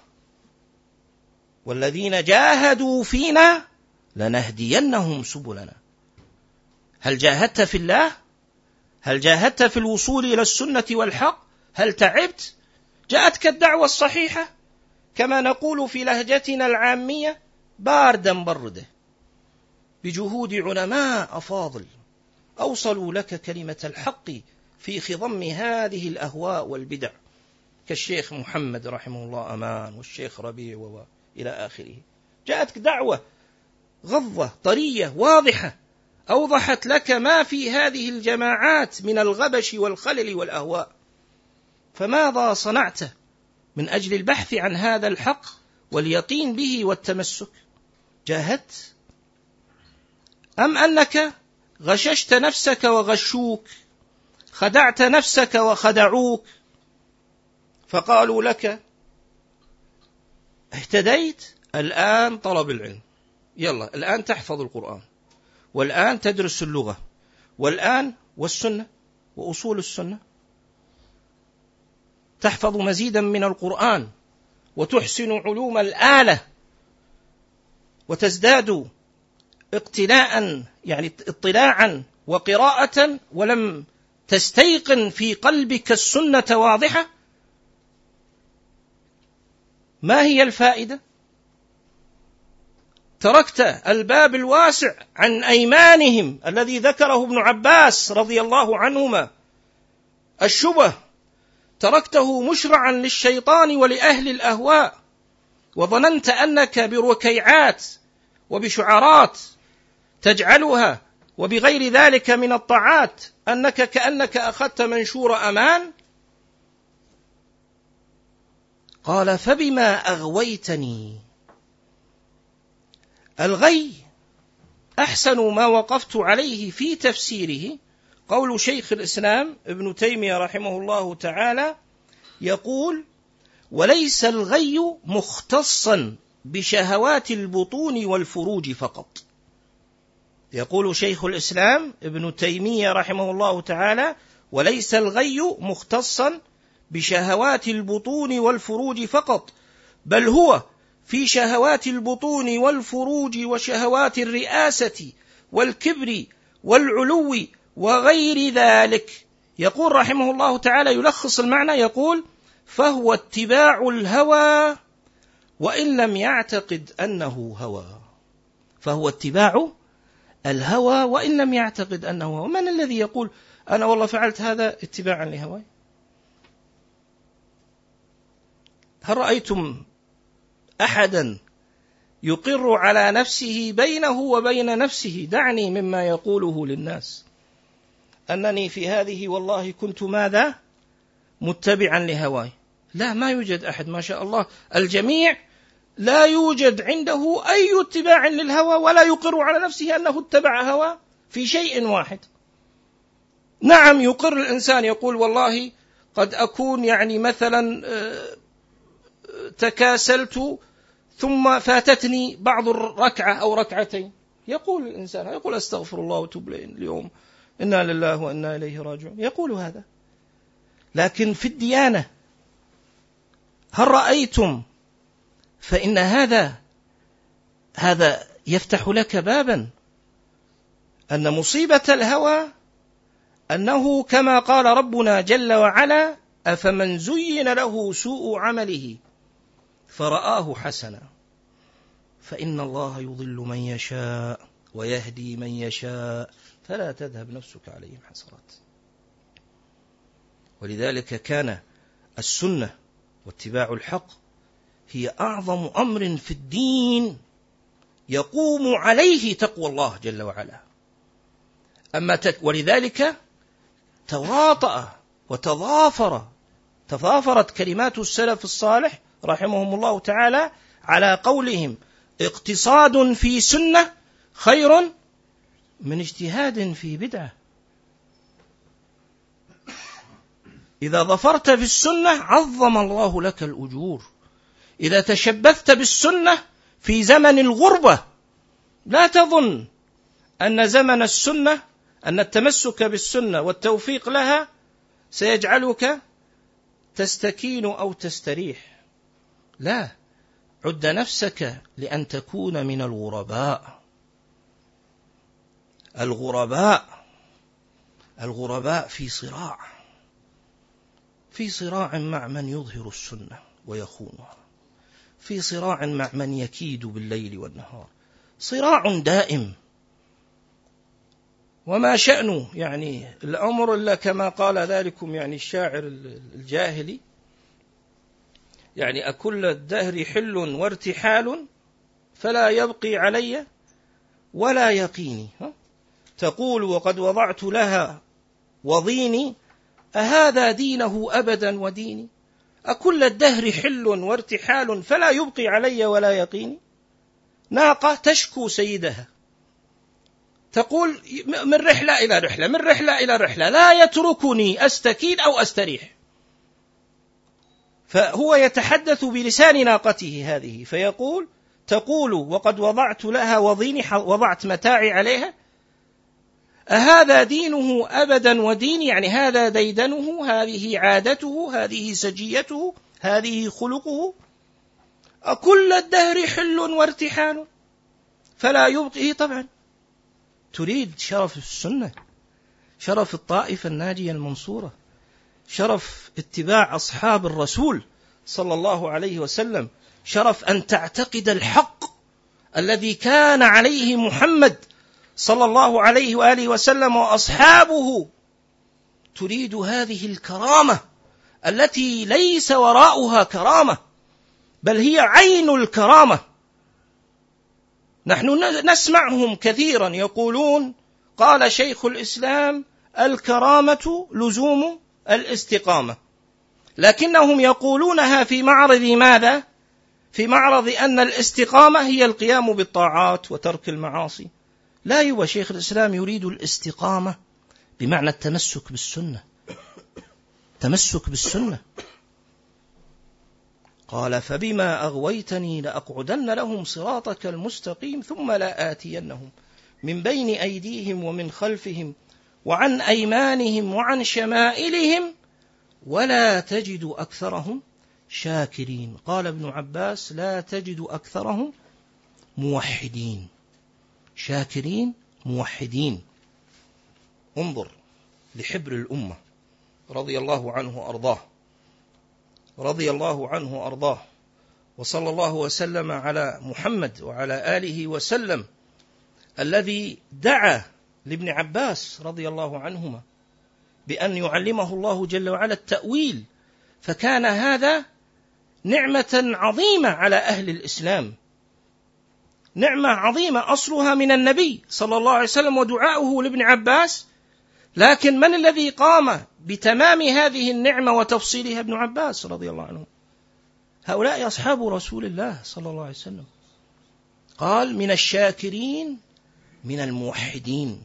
والذين جاهدوا فينا لنهدينهم سبلنا. هل جاهدت في الله؟ هل جاهدت في الوصول إلى السنة والحق؟ هل تعبت؟ جاءتك الدعوة الصحيحة كما نقول في لهجتنا العامية باردا برده، بجهود علماء أفاضل أوصلوا لك كلمة الحق في خضم هذه الأهواء والبدع، كالشيخ محمد رحمه الله أمان والشيخ ربيع وإلى آخره. جاءتك دعوة غضة طرية واضحة أوضحت لك ما في هذه الجماعات من الغبش والخلل والأهواء، فماذا صنعت من أجل البحث عن هذا الحق واليقين به والتمسك؟ جاهدت أم أنك غششت نفسك وغشوك، خدعت نفسك وخدعوك، فقالوا لك اهتديت الآن طلب العلم، يلا الآن تحفظ القرآن، والآن تدرس اللغة، والآن والسنة وأصول السنة، تحفظ مزيدا من القرآن وتحسن علوم الآلة وتزداد اقتناء يعني اطلاعا وقراءة، ولم تستيقن في قلبك السنة واضحة. ما هي الفائدة؟ تركت الباب الواسع عن أيمانهم الذي ذكره ابن عباس رضي الله عنهما، الشبه، تركته مشرعا للشيطان ولأهل الأهواء، وظننت أنك بركيعات وبشعارات تجعلها وبغير ذلك من الطاعات أنك كأنك أخذت منشور أمان. قال فبما أغويتني. الغي أحسن ما وقفت عليه في تفسيره قول شيخ الإسلام ابن تيمية رحمه الله تعالى يقول: وليس الغي مختصا بشهوات البطون والفروج فقط. يقول شيخ الإسلام ابن تيمية رحمه الله تعالى: وليس الغي مختصا بشهوات البطون والفروج فقط، بل هو في شهوات البطون والفروج وشهوات الرئاسة والكبر والعلو وغير ذلك. يقول رحمه الله تعالى يلخص المعنى، يقول: فهو اتباع الهوى وإن لم يعتقد أنه هوى. فهو اتباع الهوى وإن لم يعتقد أنه هوى. من الذي يقول أنا والله فعلت هذا اتباعا لهواي؟ هل رأيتم أحدا يقر على نفسه بينه وبين نفسه، دعني مما يقوله للناس، أنني في هذه والله كنت ماذا؟ متبعا لهواي؟ لا، ما يوجد أحد ما شاء الله. الجميع لا يوجد عنده أي اتباع للهوى ولا يقر على نفسه أنه اتبع هوى في شيء واحد. نعم، يقر الإنسان يقول والله قد أكون يعني مثلا تكاسلت ثم فاتتني بعض الركعة أو ركعتين، يقول الإنسان، يقول أستغفر الله وتوب إليه اليوم، إنا لله وإنا إليه راجعون، يقول هذا. لكن في الديانة هل رأيتم؟ فإن هذا هذا يفتح لك بابا أن مصيبة الهوى أنه كما قال ربنا جل وعلا: أفمن زين له سوء عمله فرآه حسنا فإن الله يضل من يشاء ويهدي من يشاء فلا تذهب نفسك عليهم حسرات. ولذلك كان السنة واتباع الحق هي أعظم أمر في الدين يقوم عليه تقوى الله جل وعلا. أما تك ولذلك تواطأ وتضافر تضافرت كلمات السلف الصالح رحمهم الله تعالى على قولهم: اقتصاد في سنة خير من اجتهاد في بدعة. إذا ظفرت في السنة عظم الله لك الأجور. إذا تشبثت بالسنة في زمن الغربة، لا تظن أن زمن السنة، أن التمسك بالسنة والتوفيق لها سيجعلك تستكين أو تستريح. لا، عد نفسك لأن تكون من الغرباء. الغرباء الغرباء في صراع في صراع مع من يظهر السنة ويخونها، في صراع مع من يكيد بالليل والنهار، صراع دائم. وما شأنه يعني الأمر إلا كما قال ذلكم يعني الشاعر الجاهلي، يعني أكل الدهر حل وارتحال فلا يبقي علي ولا يقيني. تقول وقد وضعت لها وضيني أهذا دينه أبدا وديني؟ أكل الدهر حل وارتحال فلا يبقي علي ولا يقيني. ناقة تشكو سيدها، تقول من رحلة إلى رحلة من رحلة إلى رحلة لا يتركني أستكين أو أستريح. فهو يتحدث بلسان ناقته هذه، فيقول تقول وقد وضعت لها وضيني، وضعت متاعي عليها، أهذا دينه أبدا وديني؟ يعني هذا ديدنه، هذه عادته، هذه سجيته، هذه خلقه. أكل الدهر حل وارتحال فلا يبقيه. طبعا تريد شرف السنة، شرف الطائفة الناجية المنصورة، شرف اتباع أصحاب الرسول صلى الله عليه وسلم، شرف أن تعتقد الحق الذي كان عليه محمد صلى الله عليه وآله وسلم وأصحابه، تريد هذه الكرامة التي ليس وراءها كرامة، بل هي عين الكرامة. نحن نسمعهم كثيرا يقولون قال شيخ الإسلام الكرامة لزوم الاستقامة، لكنهم يقولونها في معرض ماذا؟ في معرض أن الاستقامة هي القيام بالطاعات وترك المعاصي. لا، يبقى شيخ الإسلام يريد الاستقامة بمعنى التمسك بالسنة، تمسك بالسنة. قال فبما أغويتني لأقعدن لهم صراطك المستقيم ثم لا آتينهم من بين أيديهم ومن خلفهم وعن أيمانهم وعن شمائلهم ولا تجد أكثرهم شاكرين. قال ابن عباس لا تجد أكثرهم موحدين، شاكرين موحدين. انظر لحبر الأمة رضي الله عنه وأرضاه، رضي الله عنه وأرضاه، وصلى الله وسلم على محمد وعلى آله وسلم، الذي دعا لابن عباس رضي الله عنهما بأن يعلمه الله جل وعلا التأويل، فكان هذا نعمة عظيمة على أهل الإسلام، نعمة عظيمة أصلها من النبي صلى الله عليه وسلم ودعاؤه لابن عباس، لكن من الذي قام بتمام هذه النعمة وتفصيلها؟ ابن عباس رضي الله عنه. هؤلاء أصحاب رسول الله صلى الله عليه وسلم. قال من الشاكرين من الموحدين،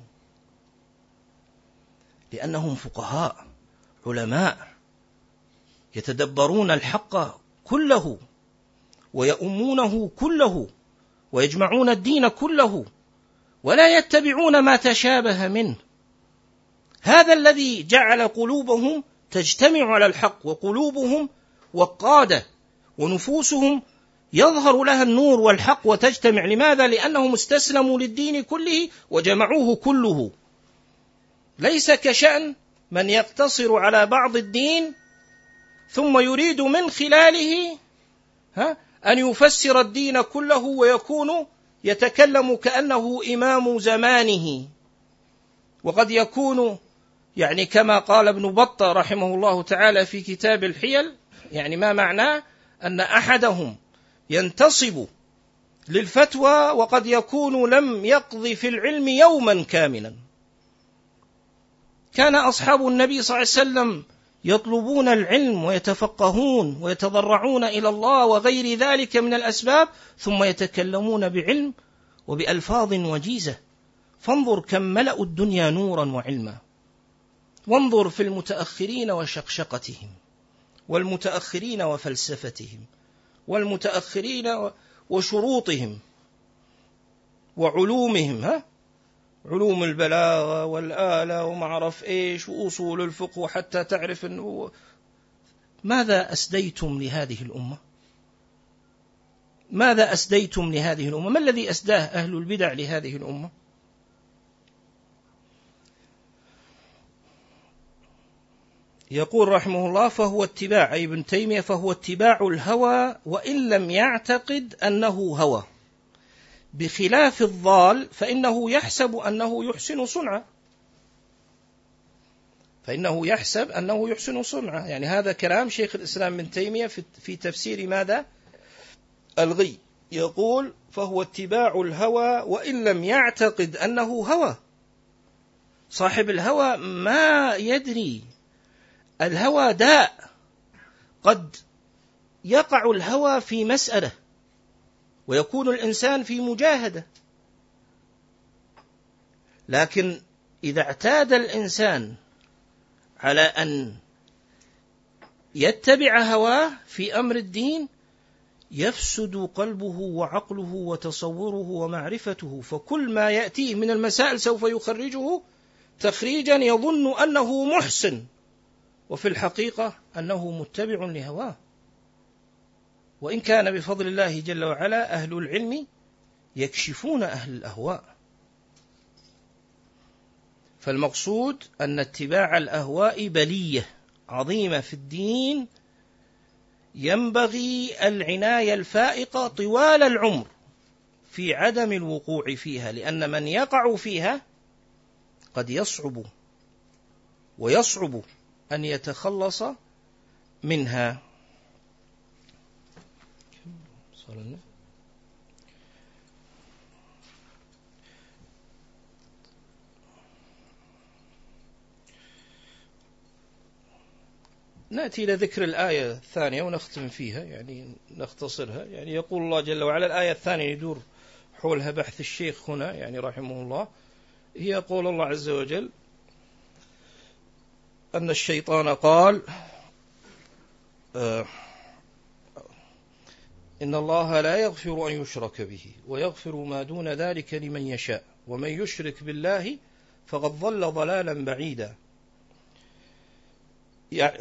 لأنهم فقهاء علماء يتدبرون الحق كله ويؤمونه كله ويجمعون الدين كله ولا يتبعون ما تشابه منه. هذا الذي جعل قلوبهم تجتمع على الحق، وقلوبهم وقادة، ونفوسهم يظهر لها النور والحق وتجتمع. لماذا؟ لأنهم استسلموا للدين كله وجمعوه كله. ليس كشأن من يقتصر على بعض الدين ثم يريد من خلاله ها أن يفسر الدين كله ويكون يتكلم كأنه إمام زمانه، وقد يكون يعني كما قال ابن بطة رحمه الله تعالى في كتاب الحيل، يعني ما معناه أن أحدهم ينتصب للفتوى وقد يكون لم يقضي في العلم يوما كاملا. كان أصحاب النبي صلى الله عليه وسلم يطلبون العلم ويتفقهون ويتضرعون إلى الله وغير ذلك من الأسباب، ثم يتكلمون بعلم وبألفاظ وجيزة. فانظر كم ملأوا الدنيا نورا وعلما. وانظر في المتأخرين وشقشقتهم، والمتأخرين وفلسفتهم، والمتأخرين وشروطهم وعلومهم، ها علوم البلاغة والآلة وما عرف إيش وأصول الفقه، حتى تعرف أنه ماذا أسديتم لهذه الأمة؟ ماذا أسديتم لهذه الأمة؟ ما الذي أسداه أهل البدع لهذه الأمة؟ يقول رحمه الله فهو اتباع، أي ابن تيمية، فهو اتباع الهوى وإن لم يعتقد أنه هوى، بخلاف الضال فإنه يحسب أنه يحسن صنعا، فإنه يحسب أنه يحسن صنعا. يعني هذا كلام شيخ الإسلام ابن تيمية في تفسير ماذا؟ الغي. يقول فهو اتباع الهوى وإن لم يعتقد أنه هوى. صاحب الهوى ما يدري، الهوى داء، قد يقع الهوى في مسألة ويكون الإنسان في مجاهدة، لكن إذا اعتاد الإنسان على أن يتبع هواه في أمر الدين يفسد قلبه وعقله وتصوره ومعرفته، فكل ما يأتيه من المسائل سوف يخرجه تخريجا يظن أنه محسن، وفي الحقيقة أنه متبع لهواه. وإن كان بفضل الله جل وعلا أهل العلم يكشفون أهل الأهواء. فالمقصود أن اتباع الأهواء بلية عظيمة في الدين، ينبغي العناية الفائقة طوال العمر، في عدم الوقوع فيها، لأن من يقع فيها قد يصعب ويصعب أن يتخلص منها. نأتي إلى ذكر الآية الثانية ونختم فيها، يعني نختصرها. يعني يقول الله جل وعلا، الآية الثانية يدور حولها بحث الشيخ هنا يعني رحمه الله، هي قول الله عز وجل أن الشيطان قال آه إن الله لا يغفر أن يشرك به ويغفر ما دون ذلك لمن يشاء ومن يشرك بالله فقد ضل ضلالا بعيدا. يعني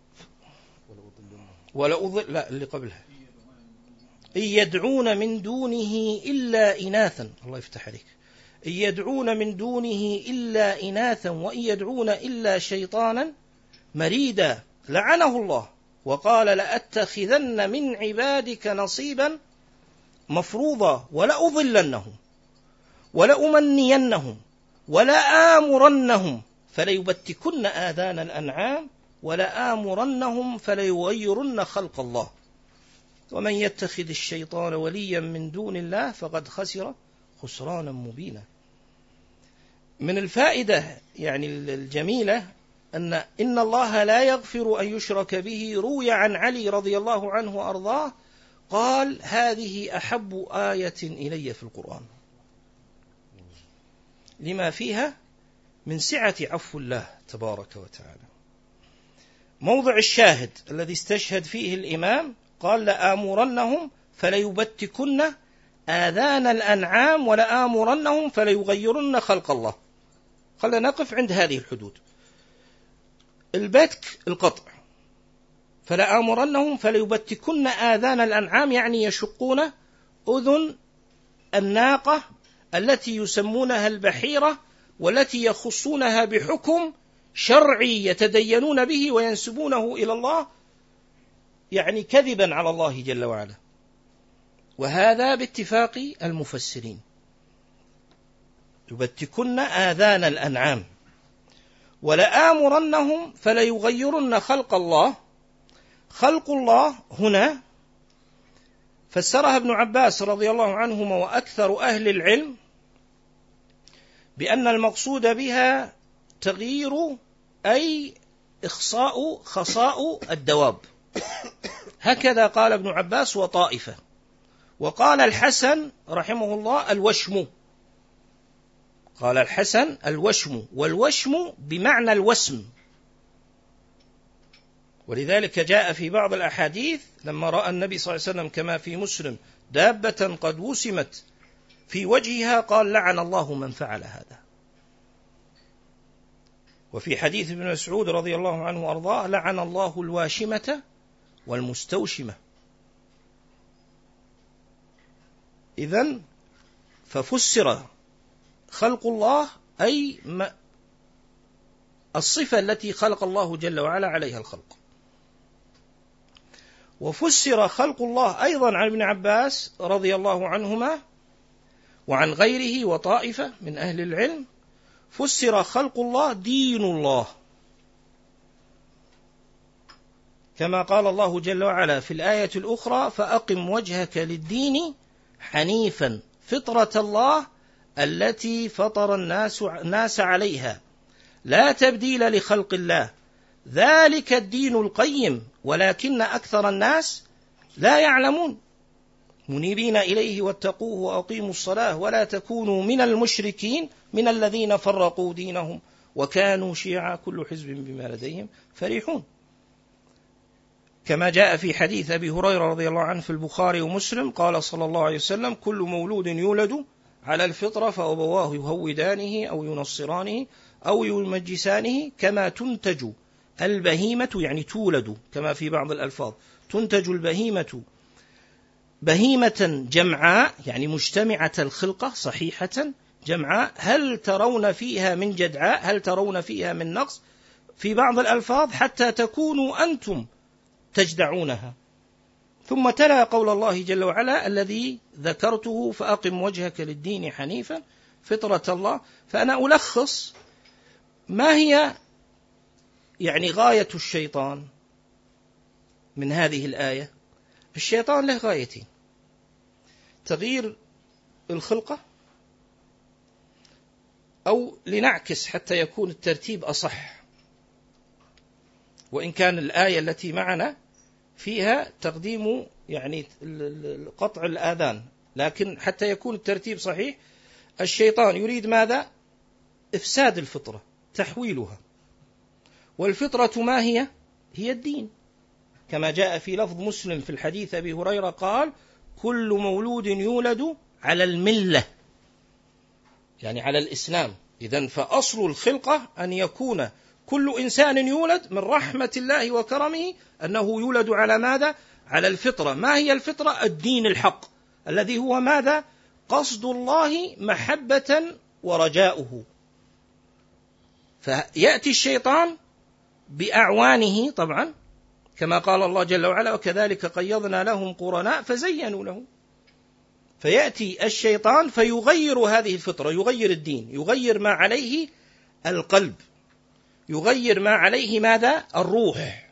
ولا أضل لا اللي قبلها إن يدعون من دونه إلا إناثا، الله يفتح عليك، إن يدعون من دونه إلا إناثا وإن يدعون إلا شيطانا مريدا لعنه الله وقال لأتخذن من عبادك نصيبا مفروضا ولأضلنهم ولأمنينهم ولآمرنهم فليبتكن آذان الأنعام ولآمرنهم فليغيرن خلق الله ومن يتخذ الشيطان وليا من دون الله فقد خسر خسرانا مبينا. من الفائدة يعني الجميلة أن إن الله لا يغفر أن يشرك به روي عن علي رضي الله عنه وأرضاه قال هذه أحب آية إلي في القرآن لما فيها من سعة عفو الله تبارك وتعالى. موضع الشاهد الذي استشهد فيه الإمام قال لآمرنهم فليبتكن آذان الأنعام ولآمرنهم فليغيرن خلق الله. خلنا نقف عند هذه الحدود. البتك القطع، فلآمرنهم فليبتكن آذان الأنعام يعني يشقون أذن الناقة التي يسمونها البحيرة والتي يخصونها بحكم شرعي يتدينون به وينسبونه إلى الله يعني كذبا على الله جل وعلا، وهذا باتفاق المفسرين. يبتكن آذان الأنعام ولآمرنهم فليغيرن خلق الله. خلق الله هنا فسرها ابن عباس رضي الله عنهما وأكثر أهل العلم بأن المقصود بها تغيير أي إخصاء خصاء الدواب، هكذا قال ابن عباس وطائفة. وقال الحسن رحمه الله الوشم، قال الحسن الوشم، والوشم بمعنى الوسم. ولذلك جاء في بعض الأحاديث لما رأى النبي صلى الله عليه وسلم كما في مسلم دابة قد وسمت في وجهها قال لعن الله من فعل هذا. وفي حديث ابن مسعود رضي الله عنه وأرضاه لعن الله الواشمة والمستوشمة. إذن ففسر خلق الله أي الصفة التي خلق الله جل وعلا عليها الخلق. وفسر خلق الله أيضا عن ابن عباس رضي الله عنهما وعن غيره وطائفة من أهل العلم، فسر خلق الله دين الله، كما قال الله جل وعلا في الآية الأخرى فأقم وجهك للدين حنيفا فطرة الله التي فطر الناس, الناس عليها لا تبديل لخلق الله ذلك الدين القيم ولكن أكثر الناس لا يعلمون منيبين إليه واتقوه وأقيموا الصلاة ولا تكونوا من المشركين من الذين فرقوا دينهم وكانوا شيعا كل حزب بما لديهم فرحون. كما جاء في حديث أبي هريرة رضي الله عنه في البخاري ومسلم قال صلى الله عليه وسلم كل مولود يولد على الفطرة فأبواه يهودانه أو ينصرانه أو يمجسانه كما تنتج البهيمة يعني تولد كما في بعض الألفاظ تنتج البهيمة بهيمة جمعاء يعني مجتمعة الخلقة صحيحة جمعاء هل ترون فيها من جدعاء هل ترون فيها من نقص في بعض الألفاظ حتى تكونوا أنتم تجدعونها ثم تلا قول الله جل وعلا الذي ذكرته فأقم وجهك للدين حنيفا فطرة الله. فأنا ألخص ما هي يعني غاية الشيطان من هذه الآية. الشيطان له غايتين: تغيير الخلقة، أو لنعكس حتى يكون الترتيب أصح، وإن كان الآية التي معنا فيها تقديم يعني قطع الآذان، لكن حتى يكون الترتيب صحيح الشيطان يريد ماذا؟ إفساد الفطرة، تحويلها. والفطرة ما هي؟ هي الدين، كما جاء في لفظ مسلم في الحديث أبي هريرة قال: كل مولود يولد على الملة، يعني على الإسلام. إذن فأصل الخلقة أن يكون كل إنسان يولد من رحمة الله وكرمه أنه يولد على ماذا؟ على الفطرة. ما هي الفطرة؟ الدين الحق الذي هو ماذا؟ قصد الله محبة ورجاؤه. فيأتي الشيطان بأعوانه طبعا، كما قال الله جل وعلا: وكذلك قيضنا لهم قرناء فزينوا لهم. فيأتي الشيطان فيغير هذه الفطرة، يغير الدين، يغير ما عليه القلب، يغير ما عليه ماذا؟ الروح.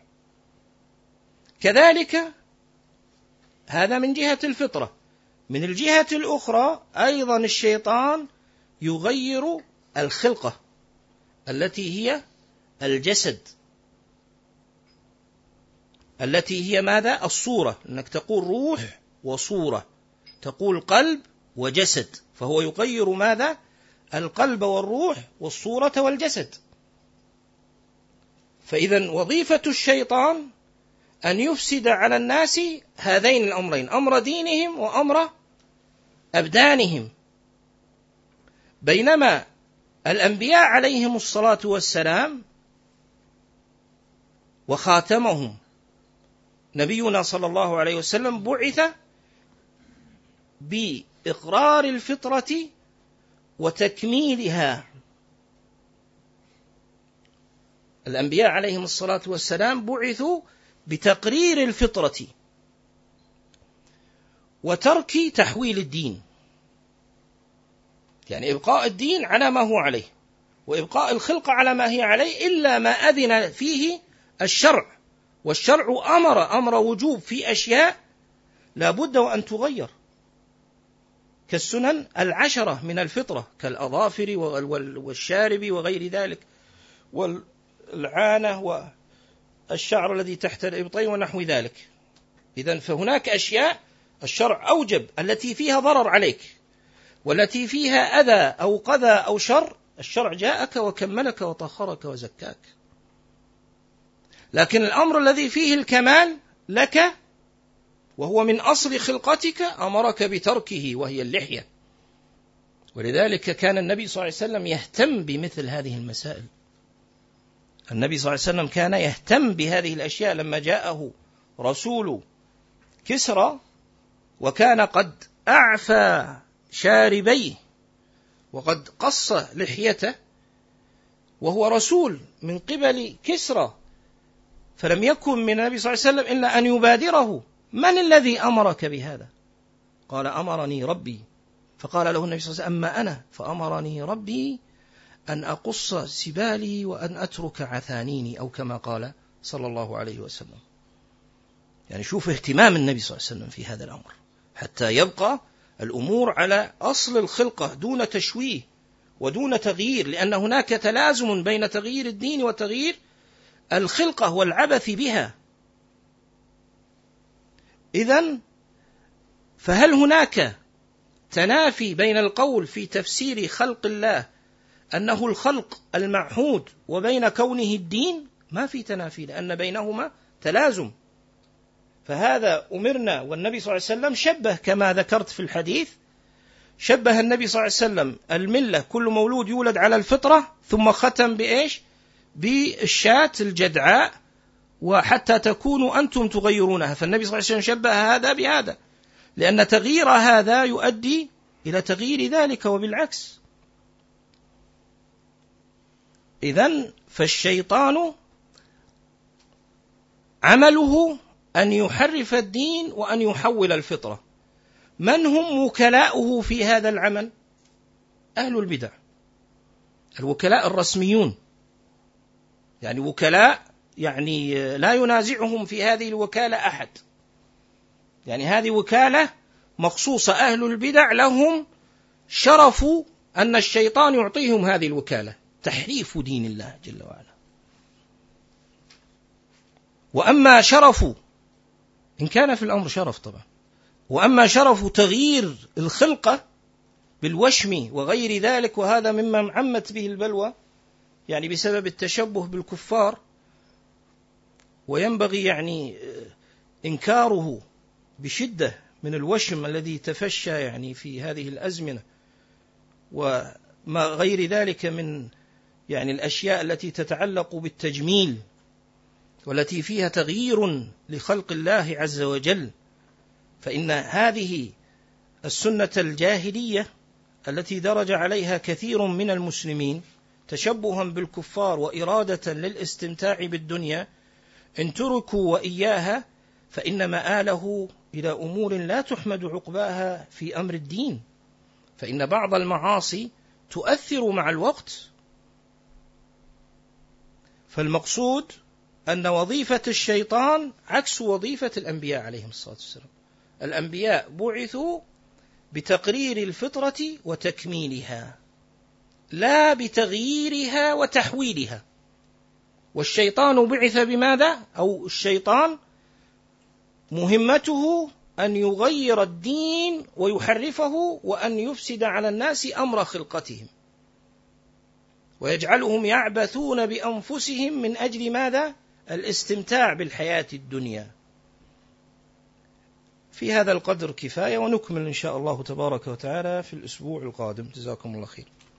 كذلك هذا من جهة الفطرة. من الجهة الأخرى أيضا الشيطان يغير الخلقة التي هي الجسد، التي هي ماذا؟ الصورة، أنك تقول روح وصورة، تقول قلب وجسد، فهو يغير ماذا؟ القلب والروح والصورة والجسد. فإذا وظيفة الشيطان أن يفسد على الناس هذين الأمرين: أمر دينهم وأمر أبدانهم. بينما الأنبياء عليهم الصلاة والسلام وخاتمهم نبينا صلى الله عليه وسلم بعث بإقرار الفطرة وتكميلها. الأنبياء عليهم الصلاة والسلام بعثوا بتقرير الفطرة وترك تحويل الدين، يعني إبقاء الدين على ما هو عليه وإبقاء الخلق على ما هي عليه، إلا ما أذن فيه الشرع. والشرع أمر أمر وجوب في أشياء لا بد وأن تغير، كالسنن العشرة من الفطرة، كالأظافر والشارب وغير ذلك، والعانة والشعر الذي تحت الإبطين ونحو ذلك. إذن فهناك أشياء الشرع أوجب التي فيها ضرر عليك، والتي فيها أذى أو قذى أو شر الشرع جاءك وكملك وطهرك وزكاك. لكن الأمر الذي فيه الكمال لك وهو من أصل خلقتك أمرك بتركه، وهي اللحية. ولذلك كان النبي صلى الله عليه وسلم يهتم بمثل هذه المسائل. النبي صلى الله عليه وسلم كان يهتم بهذه الأشياء. لما جاءه رسول كسرى وكان قد أعفى شاربيه وقد قص لحيته وهو رسول من قبل كسرى، فلم يكن من النبي صلى الله عليه وسلم إلا أن يبادره: من الذي أمرك بهذا؟ قال: أمرني ربي. فقال له النبي صلى الله عليه وسلم: أما أنا فأمرني ربي أن أقص سبالي وأن أترك عثانيني، أو كما قال صلى الله عليه وسلم. يعني شوف اهتمام النبي صلى الله عليه وسلم في هذا الأمر، حتى يبقى الأمور على أصل الخلقة دون تشويه ودون تغيير، لأن هناك تلازم بين تغيير الدين وتغيير الخلقة والعبث بها. إذن فهل هناك تنافي بين القول في تفسير خلق الله أنه الخلق المعهود وبين كونه الدين؟ ما في تنافي، لأن بينهما تلازم. فهذا أمرنا. والنبي صلى الله عليه وسلم شبه كما ذكرت في الحديث، شبه النبي صلى الله عليه وسلم الملة كل مولود يولد على الفطرة، ثم ختم بإيش؟ بالشاة الجدعاء، وحتى تكونوا أنتم تغيرونها. فالنبي صلى الله عليه وسلم شبه هذا بهذا، لأن تغيير هذا يؤدي إلى تغيير ذلك وبالعكس. إذن فالشيطان عمله أن يحرف الدين وأن يحول الفطرة. من هم وكلاؤه في هذا العمل؟ أهل البدع، الوكلاء الرسميون، يعني وكلاء يعني لا ينازعهم في هذه الوكالة أحد، يعني هذه وكالة مخصوصة، أهل البدع لهم شرف أن الشيطان يعطيهم هذه الوكالة، تحريف دين الله جل وعلا. وأما شرف، إن كان في الأمر شرف طبعا، وأما شرف تغيير الخلقة بالوشم وغير ذلك، وهذا مما عمت به البلوى يعني بسبب التشبه بالكفار، وينبغي يعني إنكاره بشدة من الوشم الذي تفشى يعني في هذه الأزمنة، وما غير ذلك من يعني الأشياء التي تتعلق بالتجميل والتي فيها تغيير لخلق الله عز وجل. فإن هذه السنة الجاهلية التي درج عليها كثير من المسلمين تشبها بالكفار وإرادة للاستمتاع بالدنيا، إن تركوا وإياها فإن مآله إلى أمور لا تحمد عقباها في أمر الدين. فإن بعض المعاصي تؤثر مع الوقت. فالمقصود أن وظيفة الشيطان عكس وظيفة الأنبياء عليهم الصلاة والسلام. الأنبياء بعثوا بتقرير الفطرة وتكميلها، لا بتغييرها وتحويلها. والشيطان بعث بماذا؟ أو الشيطان مهمته أن يغير الدين ويحرفه، وأن يفسد على الناس أمر خلقتهم، ويجعلهم يعبثون بأنفسهم من أجل ماذا؟ الاستمتاع بالحياة الدنيا. في هذا القدر كفاية، ونكمل إن شاء الله تبارك وتعالى في الأسبوع القادم. جزاكم الله خير.